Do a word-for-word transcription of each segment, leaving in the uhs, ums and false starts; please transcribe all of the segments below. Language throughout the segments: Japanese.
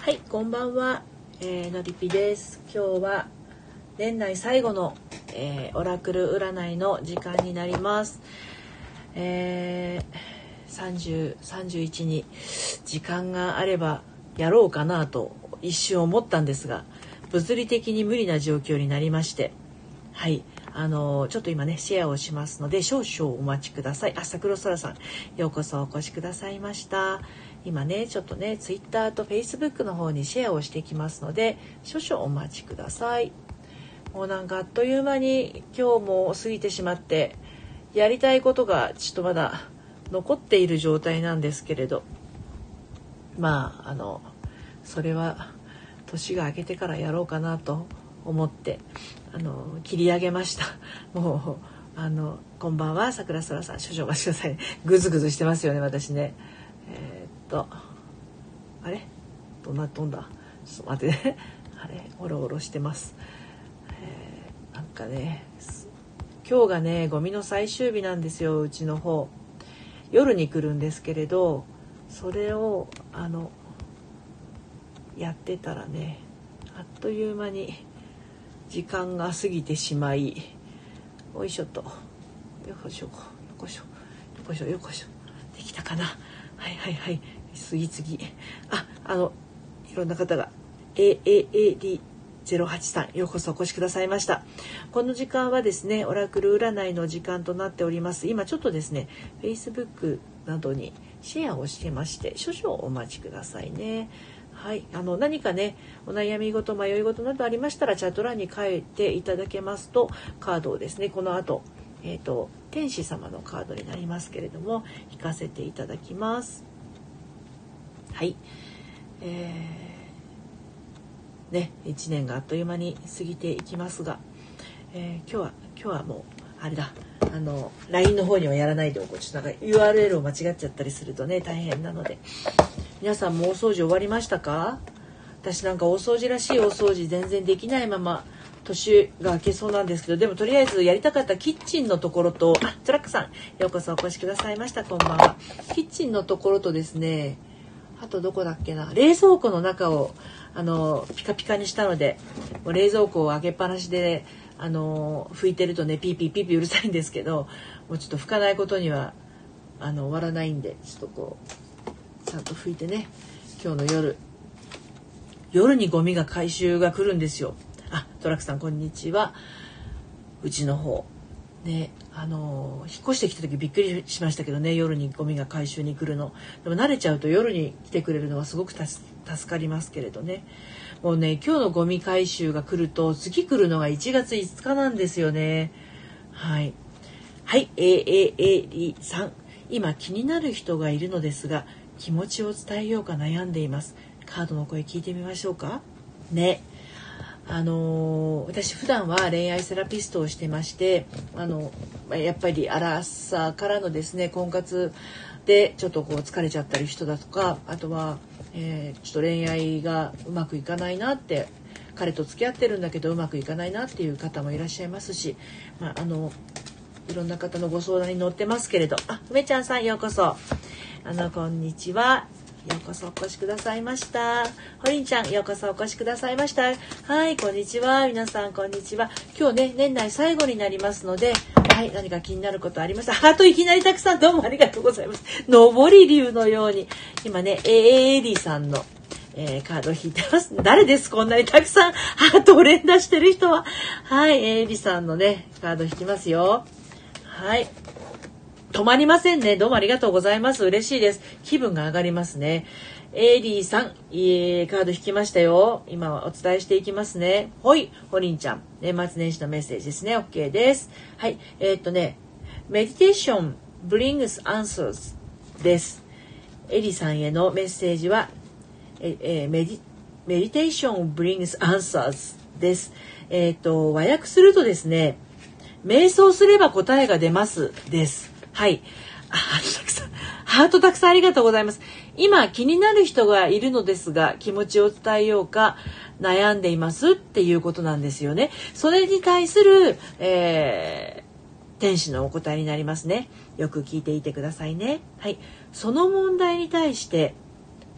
はい、こんばんは、えー、のりぴです。今日は年内最後の、えー、オラクル占いの時間になります。えー、さんじゅう、さんじゅういちに時間があればやろうかなと一瞬思ったんですが、物理的に無理な状況になりまして、はい、あのー、ちょっと今ねシェアをしますので少々お待ちください。あ、さくろそらさん、ようこそお越しくださいました。今ねちょっとねツイッターとフェイスブックの方にシェアをしてきますので少々お待ちください。もうなんかあっという間に今日も過ぎてしまって、やりたいことがちょっとまだ残っている状態なんですけれど、まああのそれは年が明けてからやろうかなと思ってあの切り上げました。もうあのこんばんは、さくらそらさん、少々お待ちください。ぐずぐずしてますよね私ね。えー、っとあれどんな飛んだ、ちょっと待ってね。あれオロオロしてます。えー、なんかね今日がねゴミの最終日なんですよ。うちの方夜に来るんですけれど、それをあのやってたらねあっという間に時間が過ぎてしまい、おいしょとよこしょよこしょよこしょよこしょできたかな。はいはいはい、次々ああのいろんな方が エーエーエーディーゼロはち さん、ようこそお越しくださいました。この時間はですねオラクル占いの時間となっております。今ちょっとですね Facebook などにシェアをしてまして、少々お待ちくださいね。はい、あの何かねお悩み事迷い事などありましたらチャット欄に書いていただけますと、カードをですねこの後、えーと、天使様のカードになりますけれども引かせていただきます。はい、えー、ねいちねんがあっという間に過ぎていきますが、えー、今日は今日はもうあれだ、あの ライン の方にはやらないでおこう。ちょっとなんか ユーアールエル を間違っちゃったりするとね大変なので。皆さんも大掃除終わりましたか？私なんか大掃除らしい大掃除全然できないまま年が明けそうなんですけど、でもとりあえずやりたかったキッチンのところと、あ、トラックさんようこそお越しくださいました。こんばんは。キッチンのところとですね、あとどこだっけな、冷蔵庫の中をあのピカピカにしたので、もう冷蔵庫を開けっぱなしで、あの拭いてるとねピーピーピーピーうるさいんですけど、もうちょっと拭かないことにはあの終わらないんで、ちょっとこうちゃんと拭いてね、今日の夜夜にゴミが回収が来るんですよ。あ、トラックさんこんにちは。うちの方ね、あの引っ越してきた時びっくりしましたけどね、夜にゴミが回収に来るの。でも慣れちゃうと夜に来てくれるのはすごく助かりますけれどね。もうね今日のゴミ回収が来ると次来るのがいちがついつかなんですよね。はいはい、エーエーエーディーさん、今気になる人がいるのですが気持ちを伝えようか悩んでいます。カードの声聞いてみましょうかね。あのー、私普段は恋愛セラピストをしてまして、あのやっぱりアラサーからのですね婚活でちょっとこう疲れちゃったり人だとか、あとは、えー、ちょっと恋愛がうまくいかないなって、彼と付き合ってるんだけどうまくいかないなっていう方もいらっしゃいますし、まあ、あのいろんな方のご相談に乗ってますけれど、あ、梅ちゃんさんようこそ。あのこんにちは、ようこそお越しくださいました。ほりんちゃんようこそお越しくださいました。はい、こんにちは、皆さんこんにちは。今日ね年内最後になりますので、はい、何か気になることありました？ハートいきなりたくさんどうもありがとうございます。上り竜のように今ね エーエーエーディー さんの、えー、カードを引いてます。誰ですこんなにたくさんハートを連打してる人は。はい、エーエーディー さんのねカード引きますよ。はい、止まりませんね。どうもありがとうございます。嬉しいです。気分が上がりますね。エーディー さん、えー、カード引きましたよ。今はお伝えしていきますね。ほい、ほりんちゃん、年末年始のメッセージですね。 OK です。はい、えー、っとねメディテーション brings answers です。エリさんへのメッセージはえ、えー、メディメディテーション brings answers です。えー、っと和訳するとですね、瞑想すれば答えが出ますです。はい。あ、たくさんハートたくさんありがとうございます。今気になる人がいるのですが気持ちを伝えようか悩んでいますっていうことなんですよね。それに対する、えー、天使のお答えになりますね。よく聞いていてくださいね。はい。その問題に対して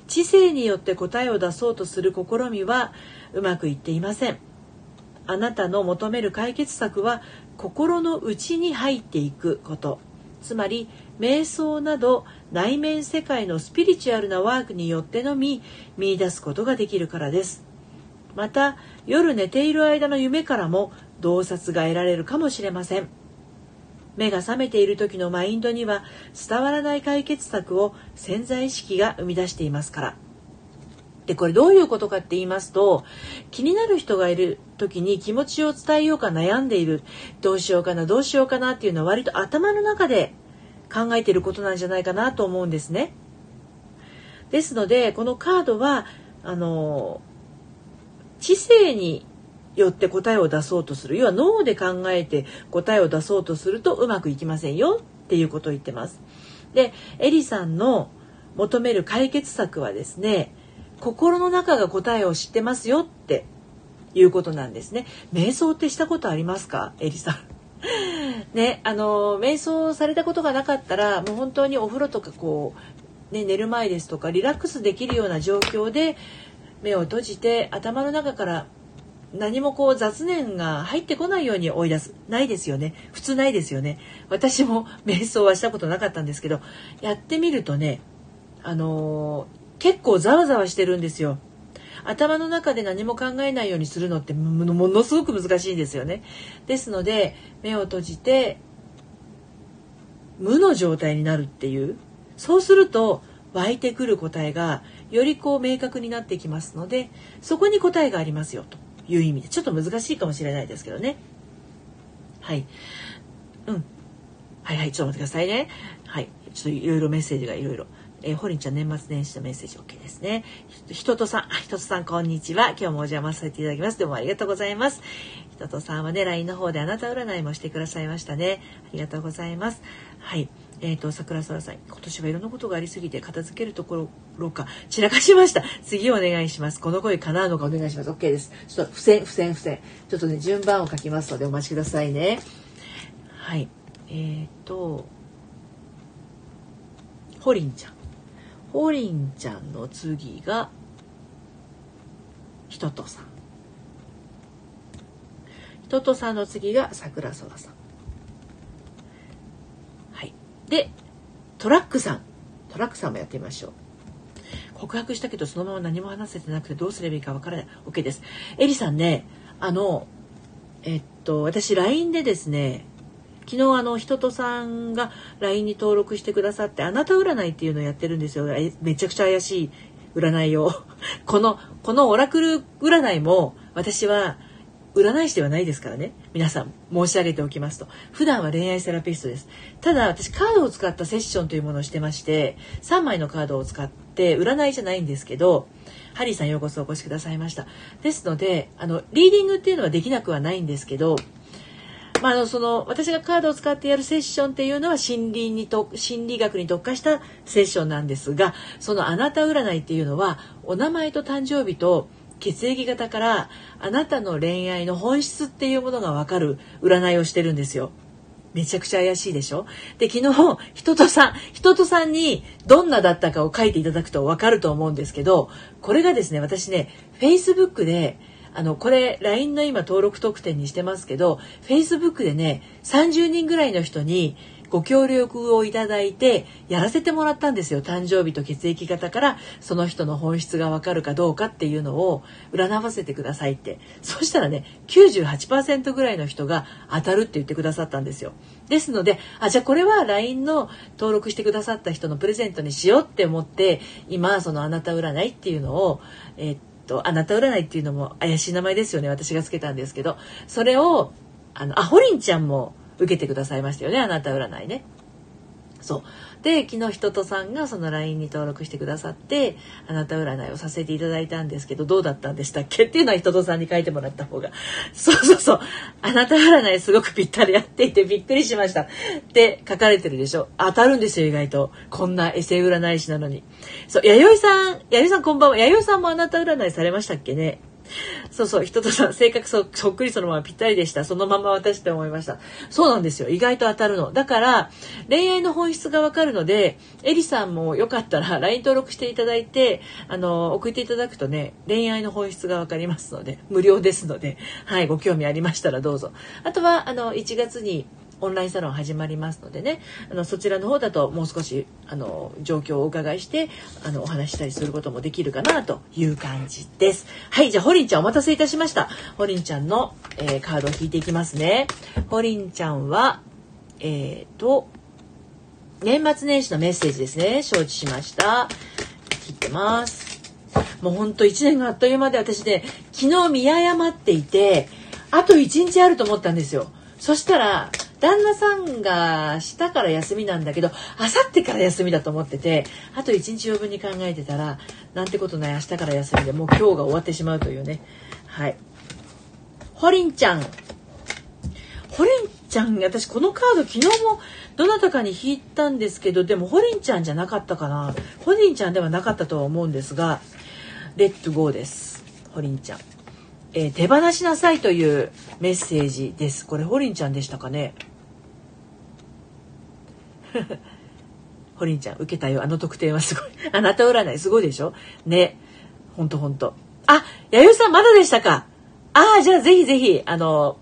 知性によって答えを出そうとする試みはうまくいっていません。あなたの求める解決策は心の内に入っていくこと、つまり瞑想など内面世界のスピリチュアルなワークによってのみ見出すことができるからです。また夜寝ている間の夢からも洞察が得られるかもしれません。目が覚めている時のマインドには伝わらない解決策を潜在意識が生み出していますから。で、これどういうことかって言いますと、気になる人がいる時に気持ちを伝えようか悩んでいる、どうしようかなどうしようかなっていうのは割と頭の中で考えていることなんじゃないかなと思うんですね。ですのでこのカードはあの知性によって答えを出そうとする、要は脳で考えて答えを出そうとするとうまくいきませんよっていうことを言ってます。で、エリさんの求める解決策はですね、心の中が答えを知ってますよっていうことなんですね。瞑想ってしたことありますか、エリさんね、あの瞑想されたことがなかったらもう本当にお風呂とかこう、ね、寝る前ですとかリラックスできるような状況で目を閉じて頭の中から何もこう雑念が入ってこないように追い出す。ないですよね。普通ないですよね。私も瞑想はしたことなかったんですけど、やってみるとね、あのー、結構ざわざわしてるんですよ。頭の中で何も考えないようにするのってものすごく難しいんですよね。ですので目を閉じて無の状態になるっていう、そうすると湧いてくる答えがよりこう明確になってきますので、そこに答えがありますよという意味でちょっと難しいかもしれないですけどね。はい、うん、はいはい、ちょっと待ってくださいね。はい、ちょっといろいろメッセージがいろいろ。えー、ホリンちゃん年末年始のメッセージ OK ですね。ひととさん、ひととさんこんにちは。今日もお邪魔させていただきます。どうもありがとうございます。ひととさんはね ライン の方であなた占いもしてくださいましたね。ありがとうございます。はい。えっと桜空さん、今年はいろんなことがありすぎて片付けるところか散らかしました。次お願いします。この声叶うのかお願いします。 OK です。ちょっと付箋付箋付箋ちょっとね順番を書きますのでお待ちくださいね。はい。えっとホリンちゃんホリンちゃんの次がひととさん、ひととさんの次が桜空さん。はい。でトラックさんトラックさんもやってみましょう。告白したけどそのまま何も話せてなくてどうすればいいかわからない。 OK です。エリさんね、あのえっと私 ライン でですね、昨日あのひととさんが ライン に登録してくださってあなた占いっていうのをやってるんですよ。めちゃくちゃ怪しい占いをこのこのオラクル占いも私は占い師ではないですからね、皆さん申し上げておきますと、普段は恋愛セラピストです。ただ私カードを使ったセッションというものをしてまして、さんまいのカードを使って占いじゃないんですけど、ハリーさんようこそお越しくださいました。ですのであのリーディングっていうのはできなくはないんですけど、まあ、あのその私がカードを使ってやるセッションっていうのは心理にと心理学に特化したセッションなんですが、そのあなた占いっていうのはお名前と誕生日と血液型からあなたの恋愛の本質っていうものが分かる占いをしてるんですよ。めちゃくちゃ怪しいでしょ。で昨日ひととさんひととさんにどんなだったかを書いていただくと分かると思うんですけど、これがですね、私ね Facebook であのこれ ライン の今登録特典にしてますけど、 Facebook でねさんじゅうにんぐらいの人にご協力をいただいてやらせてもらったんですよ。誕生日と血液型からその人の本質がわかるかどうかっていうのを占わせてくださいって。そしたらね きゅうじゅうはちパーセント ぐらいの人が当たるって言ってくださったんですよ。ですので、あ、じゃあこれは ライン の登録してくださった人のプレゼントにしようって思って今そのあなた占いっていうのをえーあなた占いっていうのも怪しい名前ですよね。私がつけたんですけど、それをあのあホリンちゃんも受けてくださいましたよね、あなた占いね。そうで昨日ひととさんがその ライン に登録してくださってあなた占いをさせていただいたんですけど、どうだったんでしたっけっていうのはひととさんに書いてもらった方が、そうそうそう、あなた占いすごくぴったりやっていてびっくりしましたって書かれてるでしょ。当たるんですよ、意外と。こんなエセ占い師なのに。そう、弥生さん弥生さんこんばんは。弥生さんもあなた占いされましたっけね。 そうそう、人とさん、性格 そ, そっくりそのままぴったりでした。そのまま私って思いました。そうなんですよ。意外と当たるの。だから、恋愛の本質がわかるので、エリさんもよかったら ライン 登録していただいて、あの、送っていただくとね、恋愛の本質がわかりますので、無料ですので、はい、ご興味ありましたらどうぞ。あとは、あの、いちがつに、オンラインサロン始まりますのでね、あのそちらの方だともう少しあの状況をお伺いしてあのお話したりすることもできるかなという感じです。はい、じゃあホリンちゃんお待たせいたしました。ホリンちゃんの、えー、カードを引いていきますね。ホリンちゃんはえーと年末年始のメッセージですね。承知しました。切ってます。もうほんといちねんがあっという間で、私ね昨日見誤っていてあといちにちあると思ったんですよ。そしたら旦那さんが明日から休みなんだけど明後日から休みだと思ってて、あといちにち余分に考えてたらなんてことない、明日から休みでもう今日が終わってしまうというね。はい、ホリンちゃんホリンちゃん、私このカード昨日もどなたかに引いたんですけど、でもホリンちゃんじゃなかったかな。ホリンちゃんではなかったとは思うんですが、レッツゴーです。ホリンちゃん、えー、手放しなさいというメッセージです。これホリンちゃんでしたかね。ホリンちゃん受けたよ。あの特典はすごい。あなた占いすごいでしょね。ほんとほんと。あ、弥生さんまだでしたか。ああ、じゃあぜひぜひあの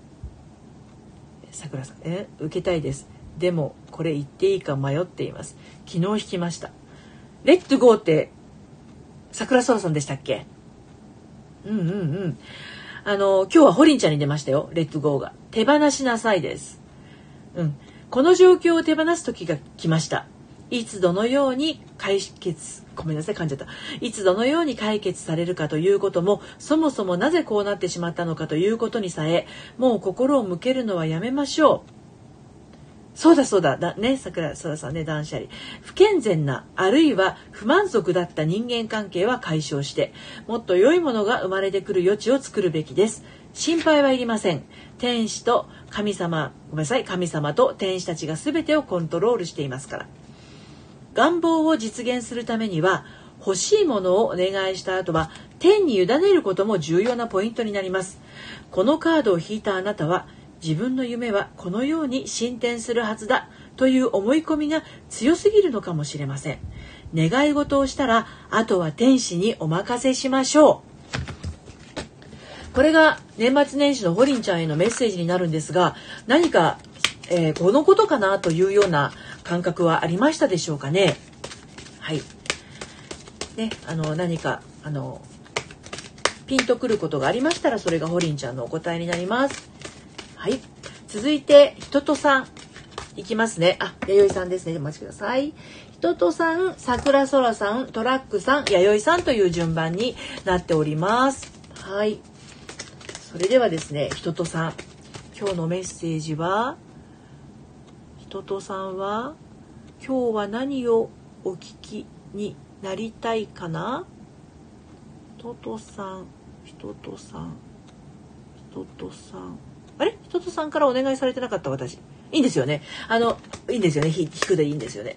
さくらさん、え受けたいです。でもこれ言っていいか迷っています。昨日引きました。レッツゴーってさくらそらさんでしたっけ。うんうんうん。あの今日はホリンちゃんに出ましたよ。レッツゴーが手放しなさいです。うん。この状況を手放す時が来ました。いつどのように解決、ごめんなさい噛んじゃった。いつどのように解決されるかということも、そもそもなぜこうなってしまったのかということにさえ、もう心を向けるのはやめましょう。そうだそうだ、だね、桜空さんね、断捨離。不健全な、あるいは不満足だった人間関係は解消して、もっと良いものが生まれてくる余地を作るべきです。心配はいりません。天使と神様、ごめんなさい、神様と天使たちが全てをコントロールしていますから。願望を実現するためには、欲しいものをお願いした後は、天に委ねることも重要なポイントになります。このカードを引いたあなたは、自分の夢はこのように進展するはずだという思い込みが強すぎるのかもしれません。願い事をしたら、あとは天使にお任せしましょう。これが年末年始のホリンちゃんへのメッセージになるんですが、何か、えー、このことかなというような感覚はありましたでしょうかね。はい。ね、あの何かあのピンとくることがありましたら、それがホリンちゃんのお答えになります。はい。続いて人とさんいきますね。あ、弥生さんですね。お待ちください。人とさん、桜空さん、トラックさん、弥生さんという順番になっております。はい。それではですね、人とさん、今日のメッセージは、人とさんは今日は何をお聞きになりたいかな。人とさん、人とさん、人とさん、あれ、人とさんからお願いされてなかった。私いいんですよね。あのいいんですよね。引くでいいんですよね。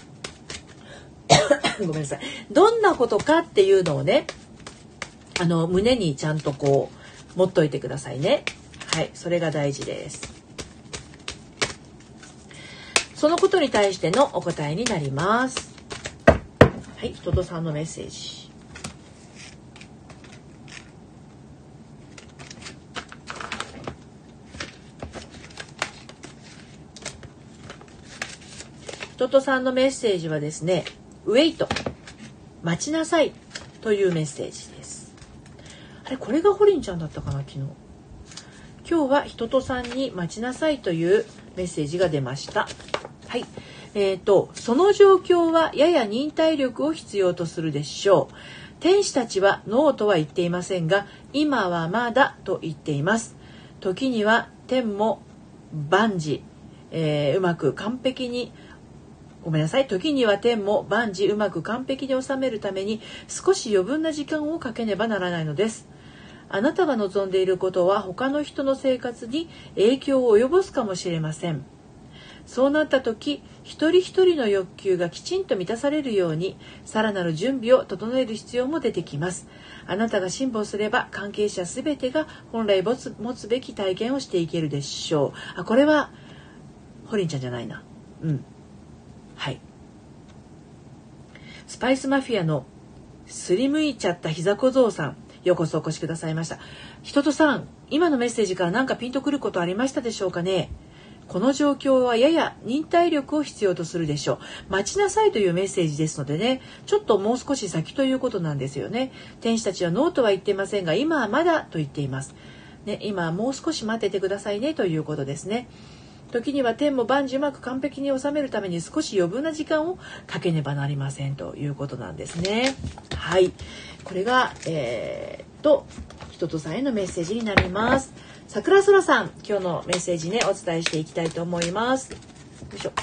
ごめんなさい。どんなことかっていうのをね、あの胸にちゃんとこう持っといてくださいね。はい、それが大事です。そのことに対してのお答えになります。はい、人とさんのメッセージ。人とさんのメッセージはですね、ウェイト、待ちなさいというメッセージです。あれ、これがホリンちゃんだったかな、昨日。今日は人とさんに待ちなさいというメッセージが出ました。はい。えーと、その状況はやや忍耐力を必要とするでしょう。天使たちはノーとは言っていませんが、今はまだと言っています。時には天も万事、えー、うまく完璧にごめんなさい。時には天も万事うまく完璧に収めるために少し余分な時間をかけねばならないのです。あなたが望んでいることは他の人の生活に影響を及ぼすかもしれません。 そうなった時、一人一人の欲求がきちんと満たされるように、さらなる準備を整える必要も出てきます。あなたが辛抱すれば、関係者すべてが本来持つ、持つべき体験をしていけるでしょう。あ、これはホリンちゃんじゃないな。うん。はい。スパイスマフィアのすりむいちゃった膝小僧さん、ようこそお越しくださいました。ひととさん、今のメッセージから何かピンとくることありましたでしょうかね。この状況はやや忍耐力を必要とするでしょう。待ちなさいというメッセージですのでね、ちょっともう少し先ということなんですよね。天使たちはノーとは言っていませんが、今はまだと言っています。ね、今はもう少し待っててくださいねということですね。時には天も万事うまく完璧に収めるために少し余分な時間をかけねばなりませんということなんですね。はい。これが、えー、と、人とさんへのメッセージになります。桜空さん、今日のメッセージね、お伝えしていきたいと思います。よいしょ。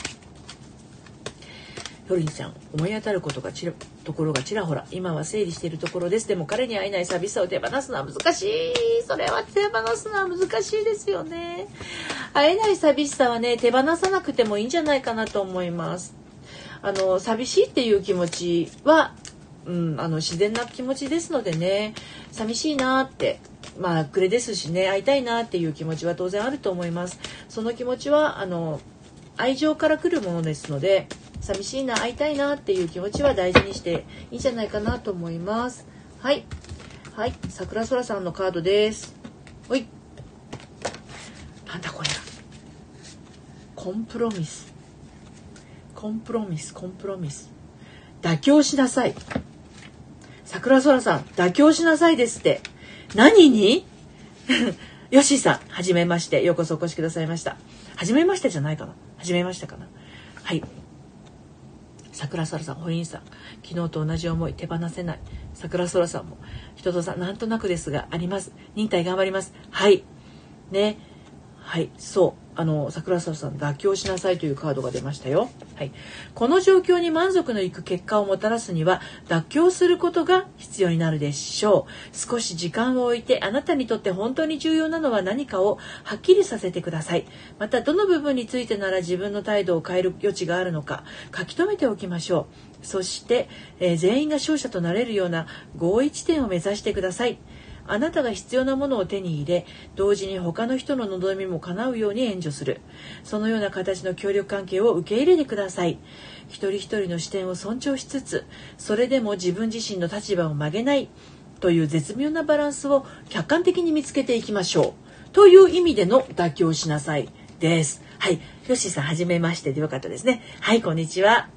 ヨリンさん、思い当たることがちらところがちらほら、今は整理しているところです。でも彼に会えない寂しさを手放すのは難しい。それは手放すのは難しいですよね。会えない寂しさはね、手放さなくてもいいんじゃないかなと思います。あの、寂しいっていう気持ちは、うん、あの自然な気持ちですのでね、寂しいなって、まあ暮れですしね、会いたいなっていう気持ちは当然あると思います。その気持ちはあの愛情から来るものですので、寂しいな、会いたいなっていう気持ちは大事にしていいんじゃないかなと思います。はいはい、桜空さんのカードです。おい、なんだこれ、コンプロミスコンプロミスコンプロミス妥協しなさい。桜空さん、妥協しなさいですって。何にヨッシーさん、はじめまして、ようこそお越しくださいました。はじめましてじゃないかな、はじめましたかな。はい、桜空さん、ホリンさん、昨日と同じ思い、手放せない。桜空さんも、人とさん、なんとなくですがあります。忍耐頑張ります。はいね、はい、そう、あの桜空さん、妥協しなさいというカードが出ましたよ。はい、この状況に満足のいく結果をもたらすには妥協することが必要になるでしょう。少し時間を置いて、あなたにとって本当に重要なのは何かをはっきりさせてください。またどの部分についてなら自分の態度を変える余地があるのか書き留めておきましょう。そして、えー、全員が勝者となれるような合意地点を目指してください。あなたが必要なものを手に入れ、同時に他の人の望みも叶うように援助する。そのような形の協力関係を受け入れてください。一人一人の視点を尊重しつつ、それでも自分自身の立場を曲げないという絶妙なバランスを客観的に見つけていきましょう。という意味での妥協しなさいです。はい、ヨッシーさん、はじめましてでよかったですね。はい、こんにちは。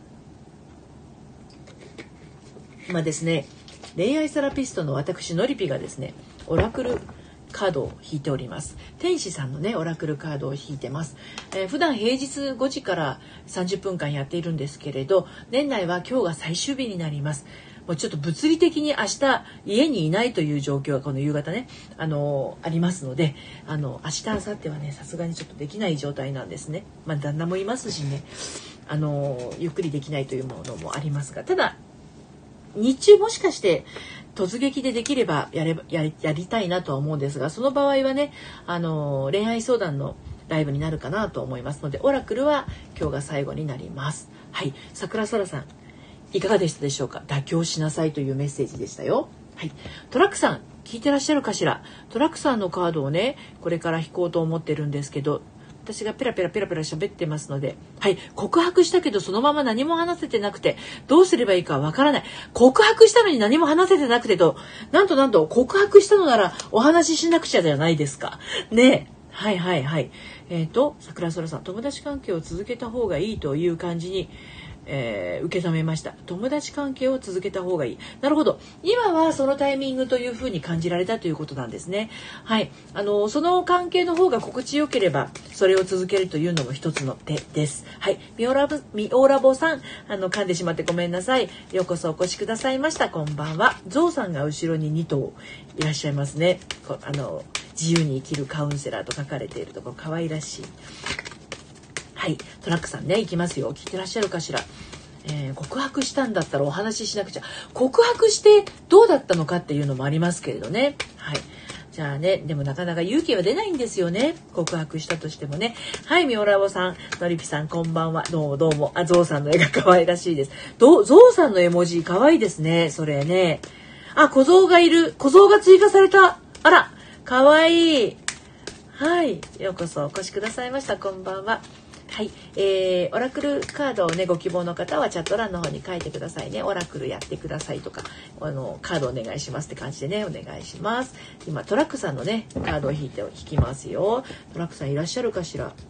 今ですね、恋愛セラピストの私のりぴがですね、オラクルカードを引いております。天使さんのね、オラクルカードを引いてます。えー、普段平日ごじからさんじゅっぷんかんやっているんですけれど、年内は今日が最終日になります。もうちょっと物理的に明日家にいないという状況がこの夕方ね、あのー、ありますので、あの明日明後日はね、さすがにちょっとできない状態なんですね。まあ旦那もいますしね、あのー、ゆっくりできないというものもありますが、ただ日中もしかして突撃でできればやればやり、やりたいなとは思うんですが、その場合はね、あの恋愛相談のライブになるかなと思いますので、オラクルは今日が最後になります。はい、桜空さん、いかがでしたでしょうか。妥協しなさいというメッセージでしたよ。はい、トラックさん、聞いてらっしゃるかしら。トラックさんのカードをね、これから引こうと思ってるんですけど、私がペラペラペラペラ喋ってますので、はい、告白したけどそのまま何も話せてなくてどうすればいいかわからない。告白したのに何も話せてなくてと、なんとなんと告白したのならお話ししなくちゃじゃないですかね。はいはいはい。えっと桜空さん、友達関係を続けた方がいいという感じに、えー、受け止めました。友達関係を続けた方がいい。なるほど。今はそのタイミングというふうに感じられたということなんですね。はい。あの、その関係の方が心地よければ、それを続けるというのも一つの手です。はい。ミオラボ、ミオラボさん、あの、噛んでしまってごめんなさい。ようこそお越しくださいました。こんばんは。ゾウさんが後ろにに頭いらっしゃいますね。こあの、自由に生きるカウンセラーと書かれているところ、可愛らしい。はい、トラックさんね、行きますよ。聞いてらっしゃるかしら。えー、告白したんだったらお話ししなくちゃ。告白してどうだったのかっていうのもありますけれどね。はい。 じゃあね、でもなかなか勇気は出ないんですよね。告白したとしてもね。はい、みおらぼさん、のりぴさん、こんばんは。どうもどうも。あ、ゾウさんの絵が可愛らしいです。どゾウさんの絵文字可愛いですね。それね。あ、小僧がいる。小僧が追加された。あら、可愛い。はい、ようこそお越しくださいました。こんばんは。はい、えー、オラクルカードをねご希望の方はチャット欄の方に書いてくださいね。オラクルやってくださいとか、あのカードお願いしますって感じでねお願いします。今トラックさんのねカードを引いて引きますよ。トラックさんいらっしゃるかしら。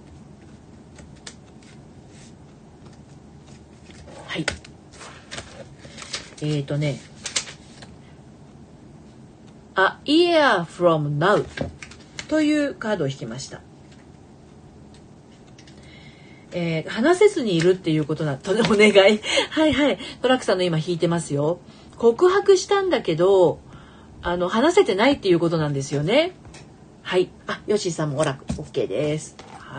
はい。えーとね、A year from now というカードを引きました。えー、話せずにいるっていうことだとお願いはいはい、トラックさんの今引いてますよ。告白したんだけどあの話せてないっていうことなんですよね。はい、あ、ヨッシーさんもオラクル OK です。はい。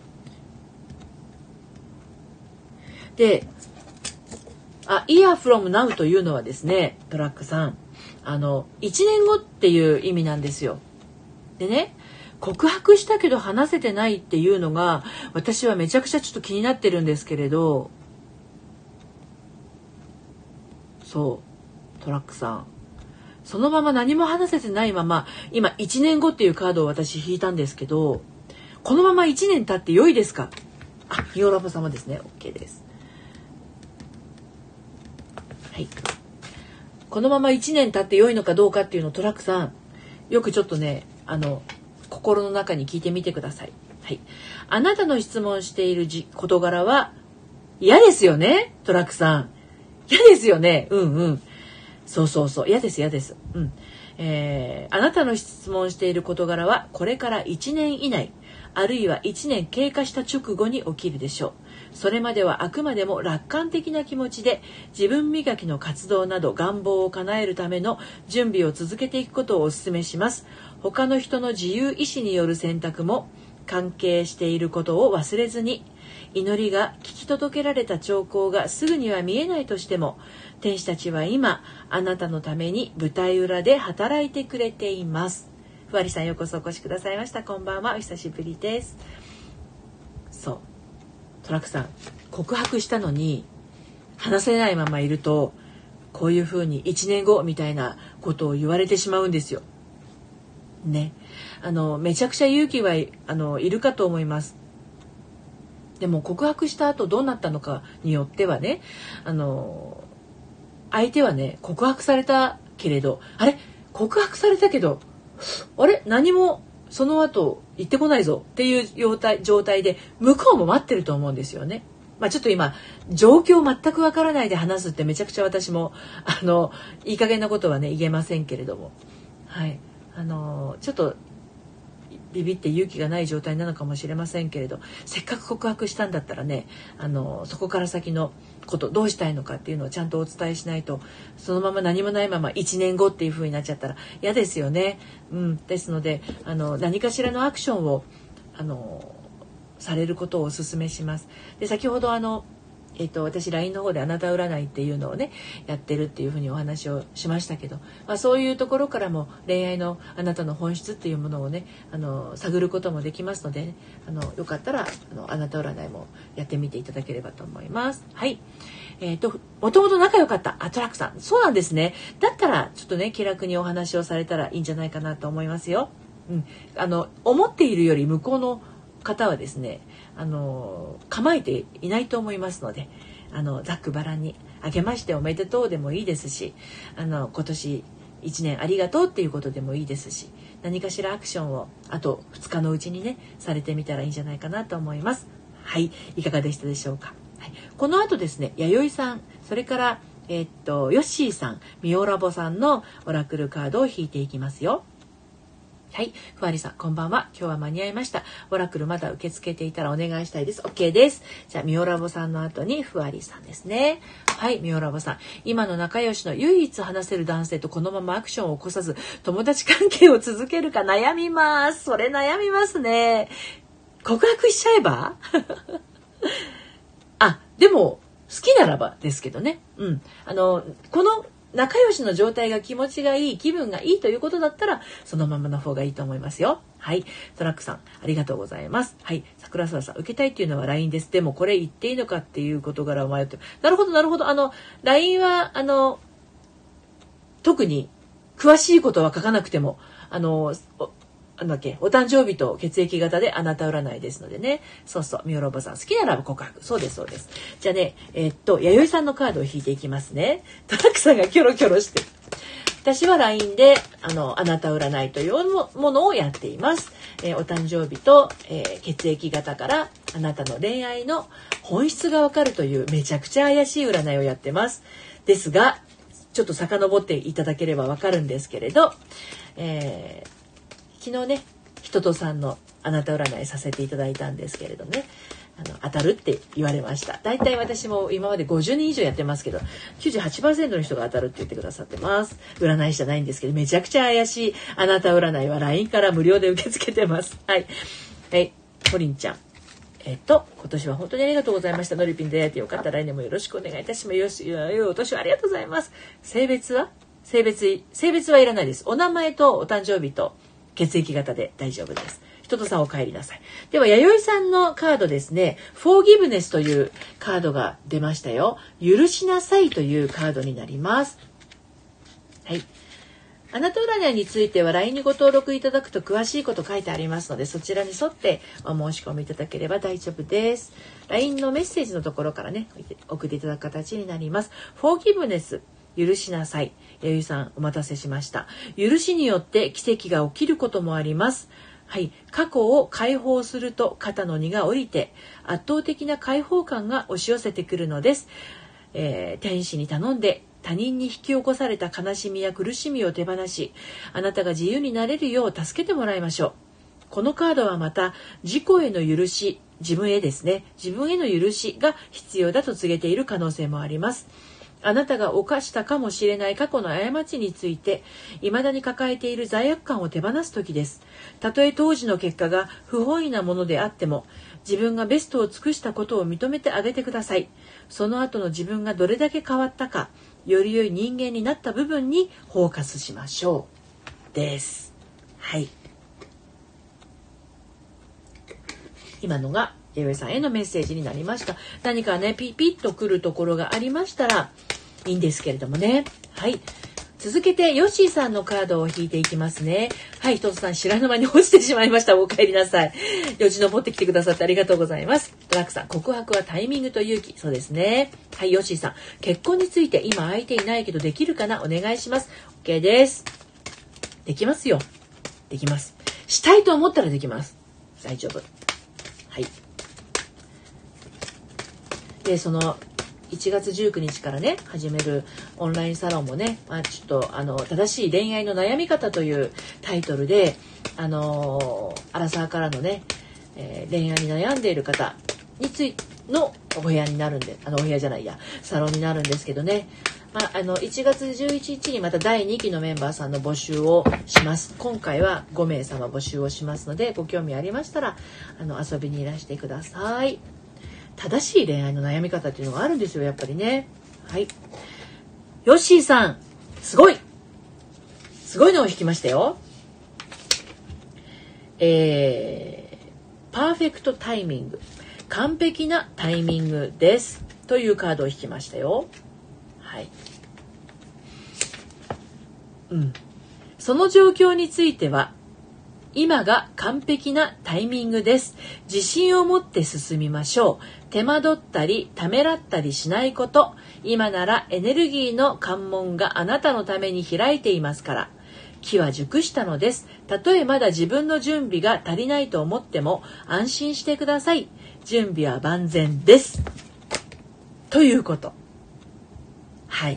で、あ、year from now というのはですね、トラックさん、あのいちねんごっていう意味なんですよ。でね、告白したけど話せてないっていうのが私はめちゃくちゃちょっと気になってるんですけれど、そうトラックさん、そのまま何も話せてないまま今いちねんごっていうカードを私引いたんですけど、このままいちねん経って良いですか。あ、ミオラボ様ですね。 OK です。はい、このままいちねん経って良いのかどうかっていうのをトラックさんよくちょっとねあの心の中に聞いてみてください。はい。あなたの質問しているじ事柄は嫌ですよね、トラックさん。嫌ですよね。うんうん。そうそうそう。嫌です嫌です。うん。えー、あなたの質問している事柄はこれからいちねん以内、あるいはいちねん経過した直後に起きるでしょう。それまではあくまでも楽観的な気持ちで自分磨きの活動など願望を叶えるための準備を続けていくことをお勧めします。他の人の自由意志による選択も関係していることを忘れずに、祈りが聞き届けられた兆候がすぐには見えないとしても、天使たちは今あなたのために舞台裏で働いてくれています。ふわりさん、ようこそお越しくださいました。こんばんは、お久しぶりです。そうトラックさん、告白したのに話せないままいるとこういうふうにいちねんごみたいなことを言われてしまうんですよね。あのめちゃくちゃ勇気はあのいるかと思います。でも告白した後どうなったのかによってはね、あの相手はね告白されたけれど、あれ告白されたけどあれ何もその後言ってこないぞっていう状態、状態で向こうも待ってると思うんですよね。まあちょっと今状況全くわからないで話すってめちゃくちゃ私もあのいい加減なことはね言えませんけれども、はい、あのちょっとビビって勇気がない状態なのかもしれませんけれど、せっかく告白したんだったらね、あのそこから先のことどうしたいのかっていうのをちゃんとお伝えしないと、そのまま何もないままいちねんごっていう風になっちゃったら嫌ですよね。うん、ですのであの何かしらのアクションをあのされることをお勧めします。で、先ほどあのえっと、私 ライン の方であなた占いっていうのをねやってるっていうふうにお話をしましたけど、まあ、そういうところからも恋愛のあなたの本質っていうものをねあの探ることもできますので、ね、あのよかったらあのあなた占いもやってみていただければと思います。はい。えーと、もともと仲良かったあトラックさん、そうなんですね。だったらちょっとね気楽にお話をされたらいいんじゃないかなと思いますよ。うん、あの思っているより向こうの方はですねあの構えていないと思いますので、あのざっくばらんにあけましておめでとうでもいいですし、あの今年いちねんありがとうっていうことでもいいですし、何かしらアクションをあとふつかのうちにねされてみたらいいんじゃないかなと思います。はい、いかがでしたでしょうか。はい、この後ですね、弥生さん、それからえー、っとヨッシーさん、ミオラボさんのオラクルカードを引いていきますよ。はい、ふわりさん、こんばんは。今日は間に合いました。オラクルまだ受け付けていたらお願いしたいです。OK です。じゃあ、ミオラボさんの後にふわりさんですね。はい、ミオラボさん。今の仲良しの唯一話せる男性とこのままアクションを起こさず、友達関係を続けるか悩みます。それ悩みますね。告白しちゃえばあ、でも、好きならばですけどね。うん。あの、この仲良しの状態が気持ちがいい、気分がいいということだったら、そのままの方がいいと思いますよ。はい。トラックさん、ありがとうございます。はい。桜沢さん、受けたいっていうのは ライン です。でもこれ言っていいのかっていう事柄を迷ってる。なるほど、なるほど。あの、ライン は、あの、特に詳しいことは書かなくても、あの、なんだっけ、お誕生日と血液型であなた占いですのでね。そうそう、みおろぼさん、好きなら告白。そうです、そうです。じゃあね、えー、っと、弥生さんのカードを引いていきますね。トラックさんがキョロキョロして。私は ライン で、あの、あなた占いというものをやっています。えー、お誕生日と、えー、血液型からあなたの恋愛の本質がわかるというめちゃくちゃ怪しい占いをやってます。ですが、ちょっと遡っていただければわかるんですけれど、えー昨日ね、人とさんのあなた占いさせていただいたんですけれどね、あの当たるって言われました。だいたい私も今までごじゅうにん以上やってますけど、きゅうじゅうはちパーセントの人が当たるって言ってくださってます。占い師じゃないんですけど、めちゃくちゃ怪しいあなた占いは ライン から無料で受け付けてます。はい。はい。ポリンちゃん。えっと、今年は本当にありがとうございました。ノリピン出会えてよかった。来年もよろしくお願いいたします。よし、よ、お年はありがとうございます。性別は性別、性別はいらないです。お名前とお誕生日と血液型で大丈夫です。人とさんお帰りなさい。では、弥生さんのカードですね。フォーギブネスというカードが出ましたよ。許しなさいというカードになります。はい。あなた占いについては ライン にご登録いただくと詳しいこと書いてありますので、そちらに沿ってお申し込みいただければ大丈夫です。ライン のメッセージのところからね、送っていただく形になります。フォーギブネス。許しなさい。弥生さんお待たせしました。許しによって奇跡が起きることもあります。はい。過去を解放すると肩の荷が下りて圧倒的な解放感が押し寄せてくるのです。えー、天使に頼んで他人に引き起こされた悲しみや苦しみを手放し、あなたが自由になれるよう助けてもらいましょう。このカードはまた自己への許し、自分へですね、自分への許しが必要だと告げている可能性もあります。あなたが犯したかもしれない過去の過ちについて未だに抱えている罪悪感を手放す時です。たとえ当時の結果が不本意なものであっても、自分がベストを尽くしたことを認めてあげてください。その後の自分がどれだけ変わったか、より良い人間になった部分にフォーカスしましょう。です。はい。今のが弥生さんへのメッセージになりました。何かね、ピピッとくるところがありましたらいいんですけれどもね。はい。続けてヨッシーさんのカードを引いていきますね。はい、ひとつさん知らぬ間に落ちてしまいました。お帰りなさい。よじ登ってきてくださってありがとうございます。トラックさん、告白はタイミングと勇気。そうですね。はい、ヨッシーさん、結婚について今空いていないけどできるかな、お願いします。 OK です。できますよ。できます。したいと思ったらできます。大丈夫。はい。で、そのいちがつじゅうくにちからね始めるオンラインサロンもね、まあ、ちょっとあの正しい恋愛の悩み方というタイトルで、あのー、アラサーからのね、えー、恋愛に悩んでいる方についてのお部屋になるんで、あのお部屋じゃないやサロンになるんですけどね、まあ、あのいちがつじゅういちにちにまただいにきのメンバーさんの募集をします。今回はごめいさま募集をしますので、ご興味ありましたらあの遊びにいらしてください。正しい恋愛の悩み方っていうのがあるんですよ、やっぱりね。はい。ヨッシーさん、すごいすごいのを引きましたよ。えー、パーフェクトタイミング。完璧なタイミングです。というカードを引きましたよ。はい。うん。その状況については、今が完璧なタイミングです。自信を持って進みましょう。手間取ったりためらったりしないこと。今ならエネルギーの関門があなたのために開いていますから。木は熟したのです。たとえまだ自分の準備が足りないと思っても安心してください。準備は万全です。ということ。はい。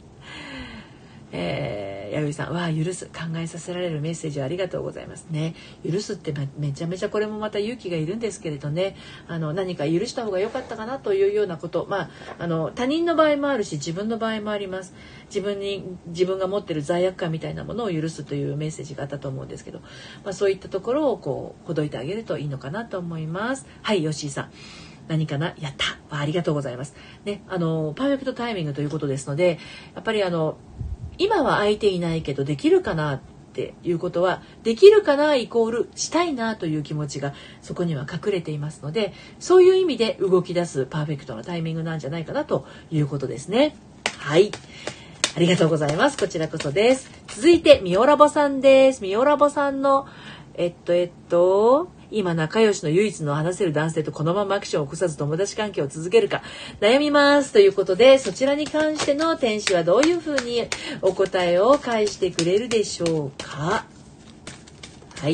えー、弥生さん、わあ許す、考えさせられるメッセージをありがとうございますね。許すってめちゃめちゃこれもまた勇気がいるんですけれどね、あの何か許した方が良かったかなというようなこと、まあ、あの他人の場合もあるし自分の場合もあります。自分に自分が持ってる罪悪感みたいなものを許すというメッセージがあったと思うんですけど、まあ、そういったところをこうほどいてあげるといいのかなと思います。はい、吉井さん、 何かな、やった、ありがとうございます。ね、あのパーフェクトタイミングということですので、やっぱりあの今は空いていないけどできるかなっていうことは、できるかなイコールしたいなという気持ちがそこには隠れていますので、そういう意味で動き出すパーフェクトなタイミングなんじゃないかなということですね。はい。ありがとうございます。こちらこそです。続いて、ミオラボさんです。ミオラボさんの、えっと、えっと、今仲良しの唯一の話せる男性とこのままアクションを起こさず友達関係を続けるか悩みますということで、そちらに関しての天使はどういうふうにお答えを返してくれるでしょうか。はい。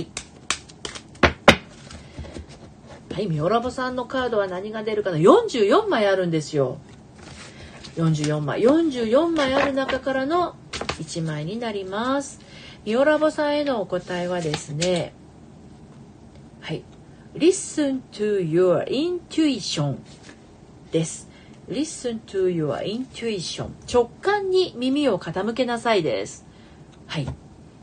はい、ミオラボさんのカードは何が出るかな。よんじゅうよんまいあるんですよ。よんじゅうよんまい。よんじゅうよんまいある中からのいちまいになります。ミオラボさんへのお答えはですね、はい。Listen to your intuition です。Listen to your intuition。直感に耳を傾けなさいです。はい。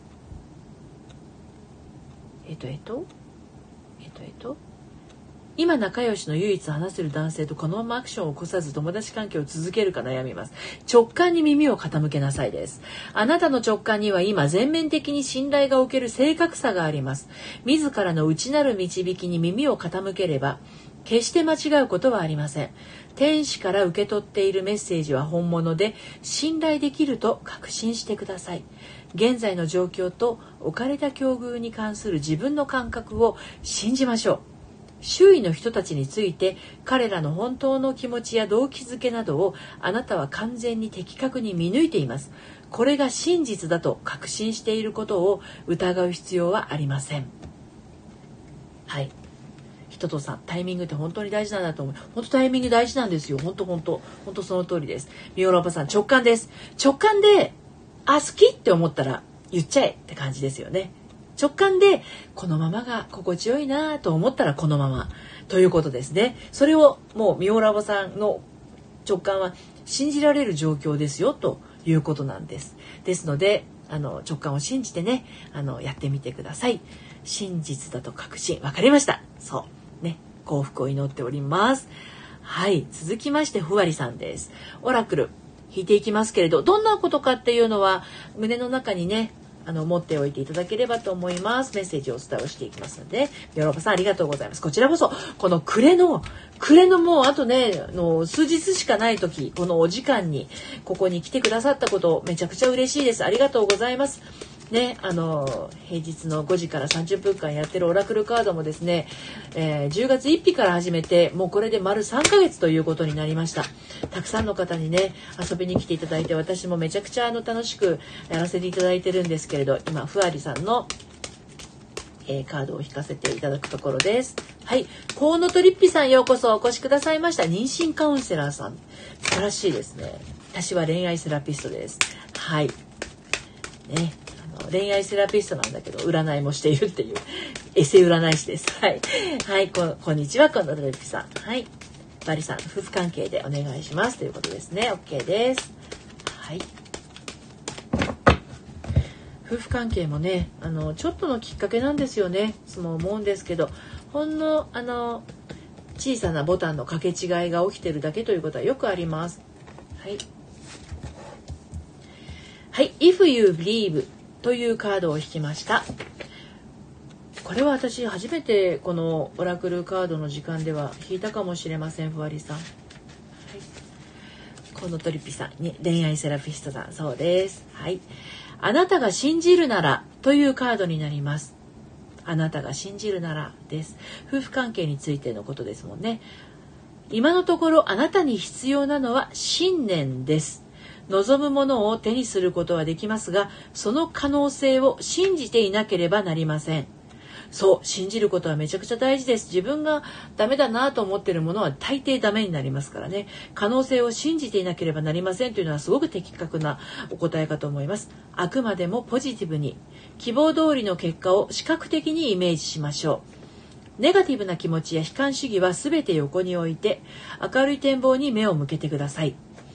えっと、えっと、えっと、えっと、今仲良しの唯一話せる男性とこのままアクションを起こさず友達関係を続けるか悩みます。直感に耳を傾けなさいです。あなたの直感には今全面的に信頼がおける正確さがあります。自らの内なる導きに耳を傾ければ決して間違うことはありません。天使から受け取っているメッセージは本物で信頼できると確信してください。現在の状況と置かれた境遇に関する自分の感覚を信じましょう。周囲の人たちについて彼らの本当の気持ちや動機づけなどをあなたは完全に的確に見抜いています。これが真実だと確信していることを疑う必要はありません。はい。人とさん、タイミングって本当に大事なんだと思う。本当タイミング大事なんですよ。本当本当本当その通りです。ミオラバさん、直感です。直感であ好きって思ったら言っちゃえって感じですよね。直感でこのままが心地よいなと思ったらこのままということですね。それをもうミオラボさんの直感は信じられる状況ですよということなんです。ですのであの直感を信じてね、あのやってみてください。真実だと確信。わかりました。そうね、幸福を祈っております。はい、続きましてふわりさんです。オラクル引いていきますけれど、どんなことかっていうのは胸の中にねあの持っておいていただければと思います。メッセージをお伝えをしていきますので、ヨーロッパさんありがとうございます。こちらこそこの暮れの暮れのもうあとねあの数日しかない時、このお時間にここに来てくださったことめちゃくちゃ嬉しいです。ありがとうございます。ね、あの平日のごじからさんじゅっぷんかんやってるオラクルカードもですね、えー、じゅうがつついたちから始めてもうこれで丸さんかげつということになりました。たくさんの方にね遊びに来ていただいて、私もめちゃくちゃあの楽しくやらせていただいてるんですけれど、今ふわりさんの、えー、カードを引かせていただくところです。はい、コウノトリッピさんようこそお越しくださいました。妊娠カウンセラーさん、素晴らしいですね。私は恋愛セラピストです。はいね、恋愛セラピストなんだけど占いもしているっていうエセ占い師です。はい、はい、こ, こんにちは、このドレピさん。はい、バリさん、夫婦関係でお願いしますということですね。 OK です。はい、夫婦関係もねあのちょっとのきっかけなんですよね。いつも思うんですけど、ほんのあの小さなボタンの掛け違いが起きてるだけということはよくあります。はいはい、If you believeというカードを引きました。これは私初めてこのオラクルカードの時間では引いたかもしれません。ふわりさん、はい、このトリピさんに恋愛セラピストさん、そうです。はい、あなたが信じるならというカードになります。あなたが信じるならです。夫婦関係についてのことですもんね。今のところあなたに必要なのは信念です。望むものを手にすることはできますが、その可能性を信じていなければなりません。そう、信じることはめちゃくちゃ大事です。自分がダメだなと思っているものは大抵ダメになりますからね。可能性を信じていなければなりませんというのはすごく的確なお答えかと思います。あくまでもポジティブに、希望通りの結果を視覚的にイメージしましょう。ネガティブな気持ちや悲観主義は全て横に置いて、明るい展望に目を向けてください。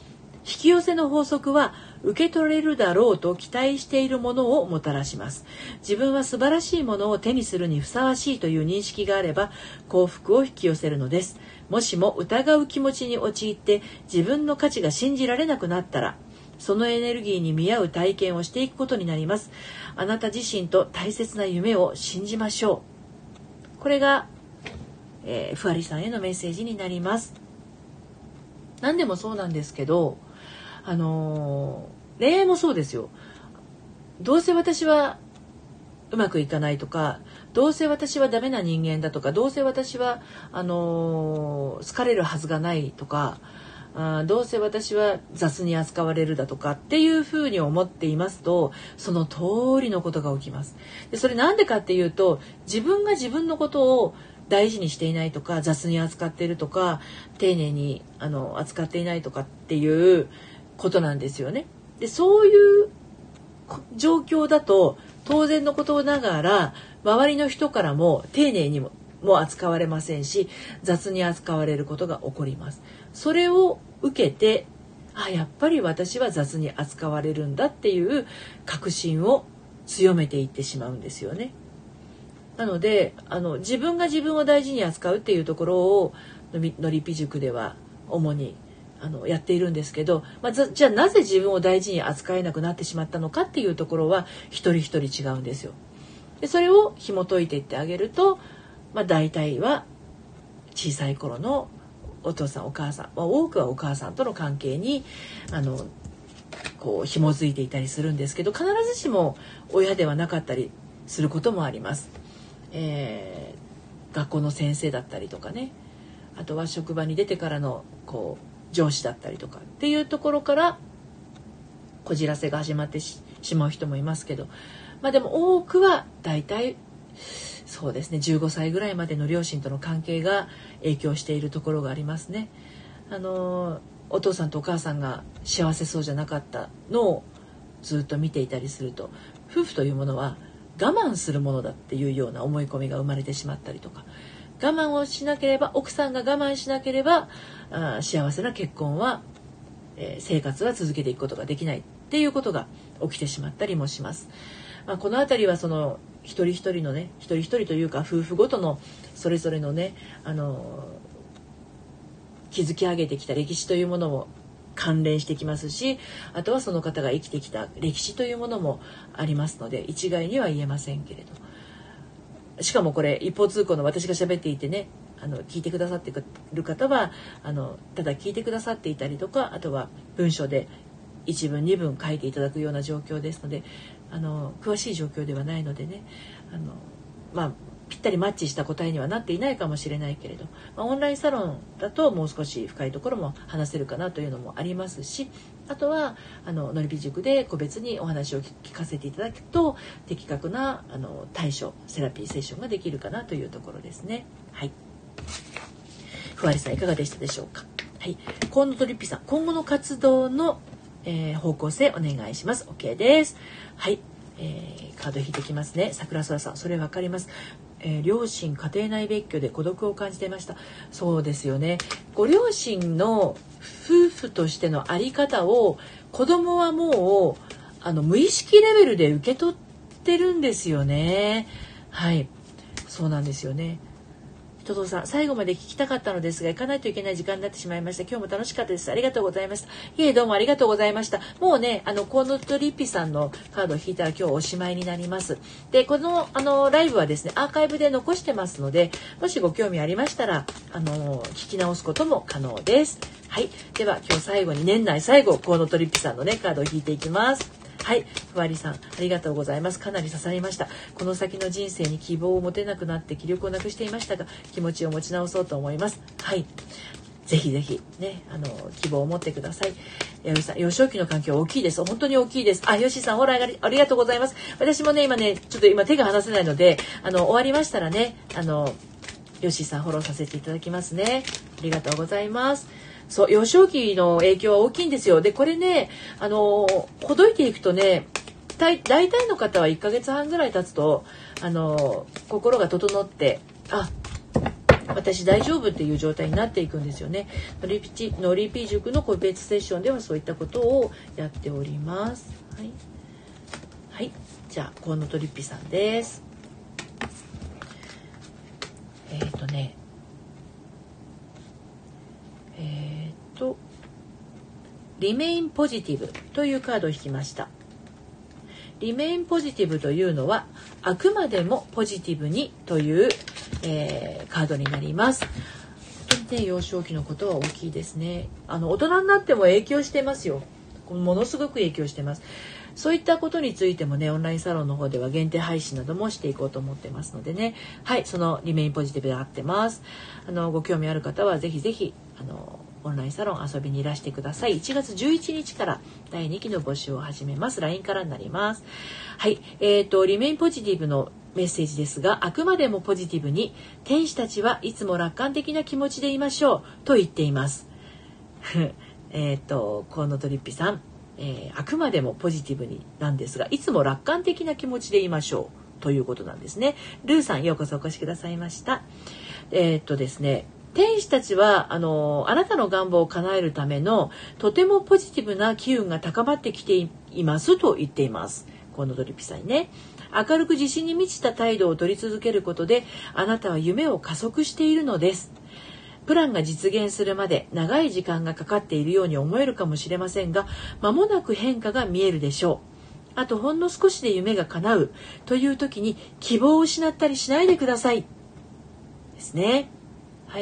引き寄せの法則は受け取れるだろうと期待しているものをもたらします。自分は素晴らしいものを手にするにふさわしいという認識があれば幸福を引き寄せるのです。もしも疑う気持ちに陥って自分の価値が信じられなくなったら、そのエネルギーに見合う体験をしていくことになります。あなた自身と大切な夢を信じましょう。これが、えー、ふわりさんへのメッセージになります。何でもそうなんですけど、あのー、恋愛もそうですよ。どうせ私はうまくいかないとか、どうせ私はダメな人間だとか、どうせ私はあのー、好かれるはずがないとか、あどうせ私は雑に扱われるだとかっていうふうに思っていますと、その通りのことが起きます。でそれなんでかっていうと、自分が自分のことを大事にしていないとか、雑に扱っているとか、丁寧にあの扱っていないとかっていうことなんですよね。でそういう状況だと当然のことながら周りの人からも丁寧にもも扱われませんし、雑に扱われることが起こります。それを受けて、あ、やっぱり私は雑に扱われるんだっていう確信を強めていってしまうんですよね。なのであの自分が自分を大事に扱うっていうところをのりぴ塾では主にあのやっているんですけど、まあ、じゃあなぜ自分を大事に扱えなくなってしまったのかっていうところは一人一人違うんですよ。でそれを紐解いていってあげると、まあ、大体は小さい頃のお父さんお母さん、まあ、多くはお母さんとの関係にあのこう紐づいていたりするんですけど、必ずしも親ではなかったりすることもあります。えー、学校の先生だったりとかね、あとは職場に出てからのこう上司だったりとかっていうところからこじらせが始まって し, しまう人もいますけど、まあでも多くはだいたいそうですね、じゅうごさいぐらいまでの両親との関係が影響しているところがありますね。あのお父さんとお母さんが幸せそうじゃなかったのをずっと見ていたりすると、夫婦というものは我慢するものだっていうような思い込みが生まれてしまったりとか、我慢をしなければ、奥さんが我慢しなければあ幸せな結婚は、えー、生活は続けていくことができないっていうことが起きてしまったりもします。まあ、このあたりはその一人一人のね、一人一人というか夫婦ごとのそれぞれのね、あの築き上げてきた歴史というものも関連してきますし、あとはその方が生きてきた歴史というものもありますので、一概には言えませんけれど、しかもこれ一方通行の私が喋っていてね、あの聞いてくださっている方はあのただ聞いてくださっていたりとか、あとは文章で一文二文書いていただくような状況ですので、あの詳しい状況ではないのでね、あのまあぴったりマッチした答えにはなっていないかもしれないけれど、まあ、オンラインサロンだともう少し深いところも話せるかなというのもありますし、あとはあののりぴ塾で個別にお話を聞かせていただくと的確なあの対処セラピーセッションができるかなというところですね。はい、ふわりさんいかがでしたでしょうか。はい、コウノトリッピさん、今後の活動の、えー、方向性お願いします。 OK です。はい、えー、カード引いてきますね。桜空さん、それ分かります。えー、両親家庭内別居で孤独を感じていました。そうですよね。ご両親の夫婦としての在り方を子供はもうあの無意識レベルで受け取ってるんですよね。はい、そうなんですよね。人とさん、最後まで聞きたかったのですが行かないといけない時間になってしまいました。今日も楽しかったです。ありがとうございました。いえ、どうもありがとうございました。もうね、あのコウノトリッピさんのカードを引いたら今日おしまいになります。で、このあのライブはですねアーカイブで残してますので、もしご興味ありましたらあの聞き直すことも可能です。はい、では今日最後に年内最後コウノトリッピさんのねカードを引いていきます。はい、ふわりさんありがとうございます。かなり刺さりました。この先の人生に希望を持てなくなって気力をなくしていましたが、気持ちを持ち直そうと思います。はい、ぜひぜひね、あの希望を持ってください。よしさん、幼少期の環境大きいです。本当に大きいです。あ、よしさん、ほら、ありがとうございます。私もね今ねちょっと今手が離せないので、あの終わりましたらね、あのよしさんフォローさせていただきますね。ありがとうございます。そう、幼少期の影響は大きいんですよ。でこれね、あのほどいていくとね、大体の方はいっかげつはんぐらい経つとあの心が整って、あ、 私大丈夫っていう状態になっていくんですよね。のりぴのりぴ塾の個別セッションではそういったことをやっております。はい、はい、じゃあコウノトリピさんです。えっ、ー、とねえっ、ー、とリメインポジティブというカードを引きました。リメインポジティブというのはあくまでもポジティブにという、えー、カードになります。本当にね、幼少期のことは大きいですね。あの大人になっても影響してますよ。ものすごく影響してます。そういったことについてもね、オンラインサロンの方では限定配信などもしていこうと思ってますのでね、はい、そのリメインポジティブで合ってます。あのご興味ある方はぜひぜひあのオンラインサロン遊びにいらしてください。いちがつじゅういちにちからだいにきの募集を始めます。 ライン からになります。はい、えーとリメインポジティブのメッセージですが、あくまでもポジティブに、天使たちはいつも楽観的な気持ちでいましょうと言っています。えっとコウノトリピさん、えー、あくまでもポジティブになんですが、いつも楽観的な気持ちでいましょうということなんですね。ルーさん、ようこそお越しくださいました。えっとですね天使たちはあのあなたの願望を叶えるためのとてもポジティブな機運が高まってきていますと言っています。コウノトリピさんにね、明るく自信に満ちた態度を取り続けることであなたは夢を加速しているのです。プランが実現するまで長い時間がかかっているように思えるかもしれませんが、間もなく変化が見えるでしょう。あとほんの少しで夢が叶うという時に希望を失ったりしないでくださいですね。はい、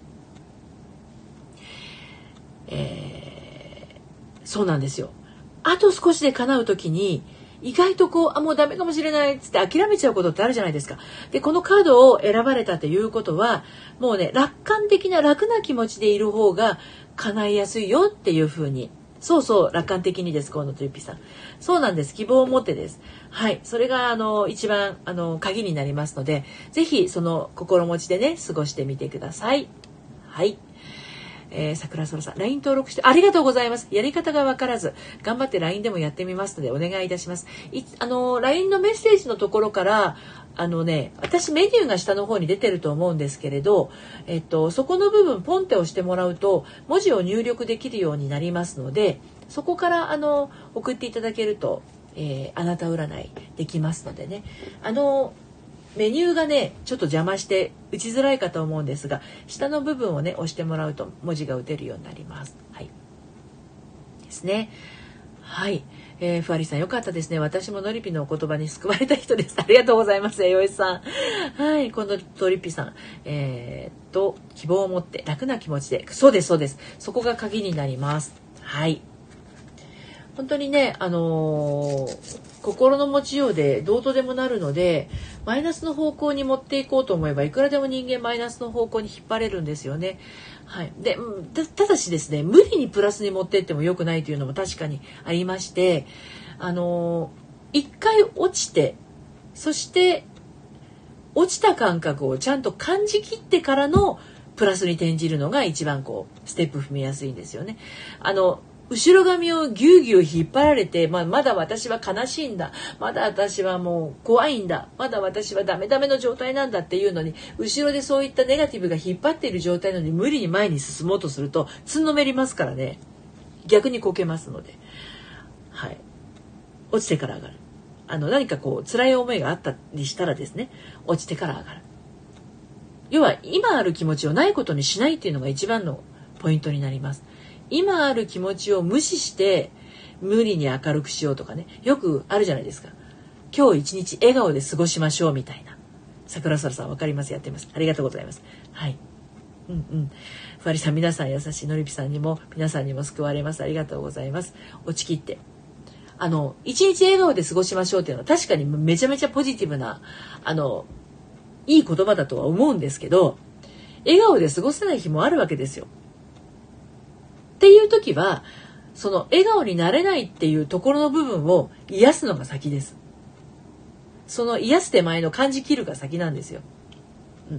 えー、そうなんですよ。あと少しで叶う時に意外とこうあもうダメかもしれないっつって諦めちゃうことってあるじゃないですか。でこのカードを選ばれたということはもうね、楽観的な楽な気持ちでいる方が叶いやすいよっていう風に、そうそう楽観的にです。コウノトリピさん、そうなんです。希望を持ってです。はい、それがあの一番あの鍵になりますので、ぜひその心持ちでね過ごしてみてください。はい、えー、桜空さん ライン 登録してありがとうございます。やり方が分からず頑張って ライン でもやってみますのでお願いいたします。いあの ライン のメッセージのところからあのね、私メニューが下の方に出てると思うんですけれど、えっと、そこの部分ポンって押してもらうと文字を入力できるようになりますので、そこからあの送っていただけると、えー、あなた占いできますのでね、あのメニューがねちょっと邪魔して打ちづらいかと思うんですが、下の部分をね押してもらうと文字が打てるようになります。はいですね。はい、えー、ふわりさんよかったですね。私ものりぴのお言葉に救われた人です。ありがとうございます。えよえさん、はい、このとりぴさん、えー、っと希望を持って楽な気持ちで、そうですそうです、そこが鍵になります。はい、本当にね、あのー、心の持ちようでどうとでもなるので、マイナスの方向に持っていこうと思えばいくらでも人間マイナスの方向に引っ張れるんですよね。はい、で た, ただしですね、無理にプラスに持っていっても良くないというのも確かにありまして、あのー、一回落ちて、そして落ちた感覚をちゃんと感じきってからのプラスに転じるのが一番こうステップ踏みやすいんですよね。あの後ろ髪をぎゅうぎゅう引っ張られて、まあ、まだ私は悲しいんだ、まだ私はもう怖いんだ、まだ私はダメダメの状態なんだっていうのに、後ろでそういったネガティブが引っ張っている状態なのに無理に前に進もうとするとつんのめりますからね、逆にこけますので、はい、落ちてから上がる。あの何かこう辛い思いがあったりしたらですね、落ちてから上がる。要は今ある気持ちをないことにしないっていうのが一番のポイントになります。今ある気持ちを無視して無理に明るくしようとかね、よくあるじゃないですか。今日一日笑顔で過ごしましょうみたいな。桜空さんわかります？やってます。ありがとうございます。はい。うんうん。ふわりさん、皆さん優しい。のりぴさんにも皆さんにも救われます。ありがとうございます。落ちきってあの一日笑顔で過ごしましょうっていうのは確かにめちゃめちゃポジティブなあのいい言葉だとは思うんですけど、笑顔で過ごせない日もあるわけですよ。っていう時はその笑顔になれないっていうところの部分を癒すのが先です。その癒す手前の感じ切るが先なんですよ、うん、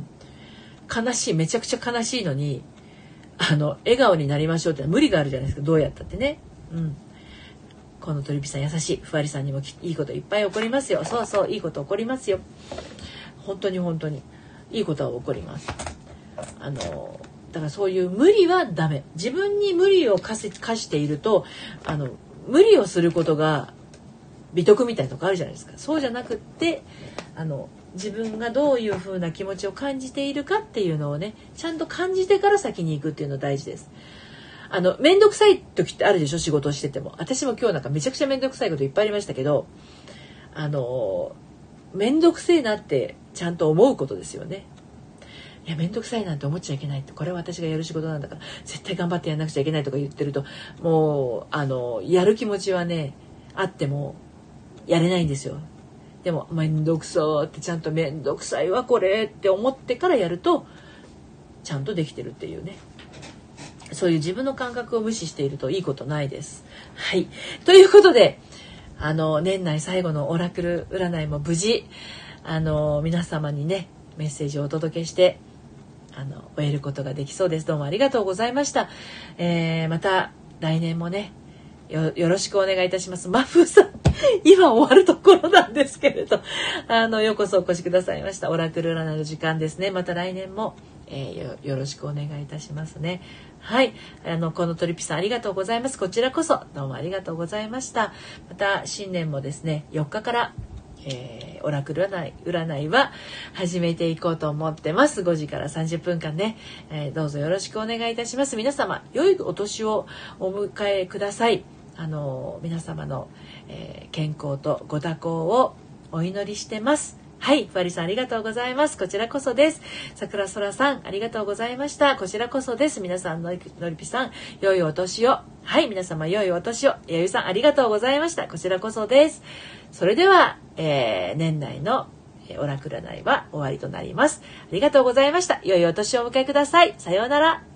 悲しい、めちゃくちゃ悲しいのにあの笑顔になりましょうって無理があるじゃないですか、どうやったってね。うん、このとりぴさん優しい。ふわりさんにもいいこといっぱい起こりますよ。そうそう、いいこと起こりますよ。本当に本当にいいことは起こります。 あのだからそういう無理はダメ。自分に無理を課せ課していると、あの無理をすることが美徳みたいなとこあるじゃないですか。そうじゃなくって、あの自分がどういう風な気持ちを感じているかっていうのをね、ちゃんと感じてから先に行くっていうの大事です。あの面倒くさい時ってあるでしょ、仕事をしてても。私も今日なんかめちゃくちゃ面倒くさいこといっぱいありましたけど、あの面倒くせえなってちゃんと思うことですよね。いや面倒くさいなんて思っちゃいけないって、これは私がやる仕事なんだから絶対頑張ってやんなくちゃいけないとか言ってると、もうあのやる気持ちはねあってもやれないんですよ。でも面倒くそうってちゃんと面倒くさいわこれって思ってからやるとちゃんとできてるっていうね。そういう自分の感覚を無視しているといいことないです。はい。ということで、あの年内最後のオラクル占いも無事あの皆様にねメッセージをお届けしてあの終えることができそうです。どうもありがとうございました。えー、また来年もね よ, よろしくお願いいたします。マフーさん今終わるところなんですけれど、あのようこそお越しくださいました。オラクル占いの時間ですね。また来年も、えー、よ, よろしくお願いいたしますね。はい、あのこのトリピさんありがとうございます。こちらこそどうもありがとうございました。また新年もですねよっかからえー、オラクル占い、占いは始めていこうと思ってます。ごじからさんじゅっぷんかんね、えー、どうぞよろしくお願いいたします。皆様良いお年をお迎えください。あの皆様の、えー、健康とご多幸をお祈りしてます。はい、ふわりさんありがとうございます。こちらこそです。桜空さんありがとうございました。こちらこそです。皆さんののりぴさん良いお年を。はい、皆様良いお年を。やゆさんありがとうございました。こちらこそです。それでは、えー、年内のオラクル占いは終わりとなります。ありがとうございました。良いお年をお迎えください。さようなら。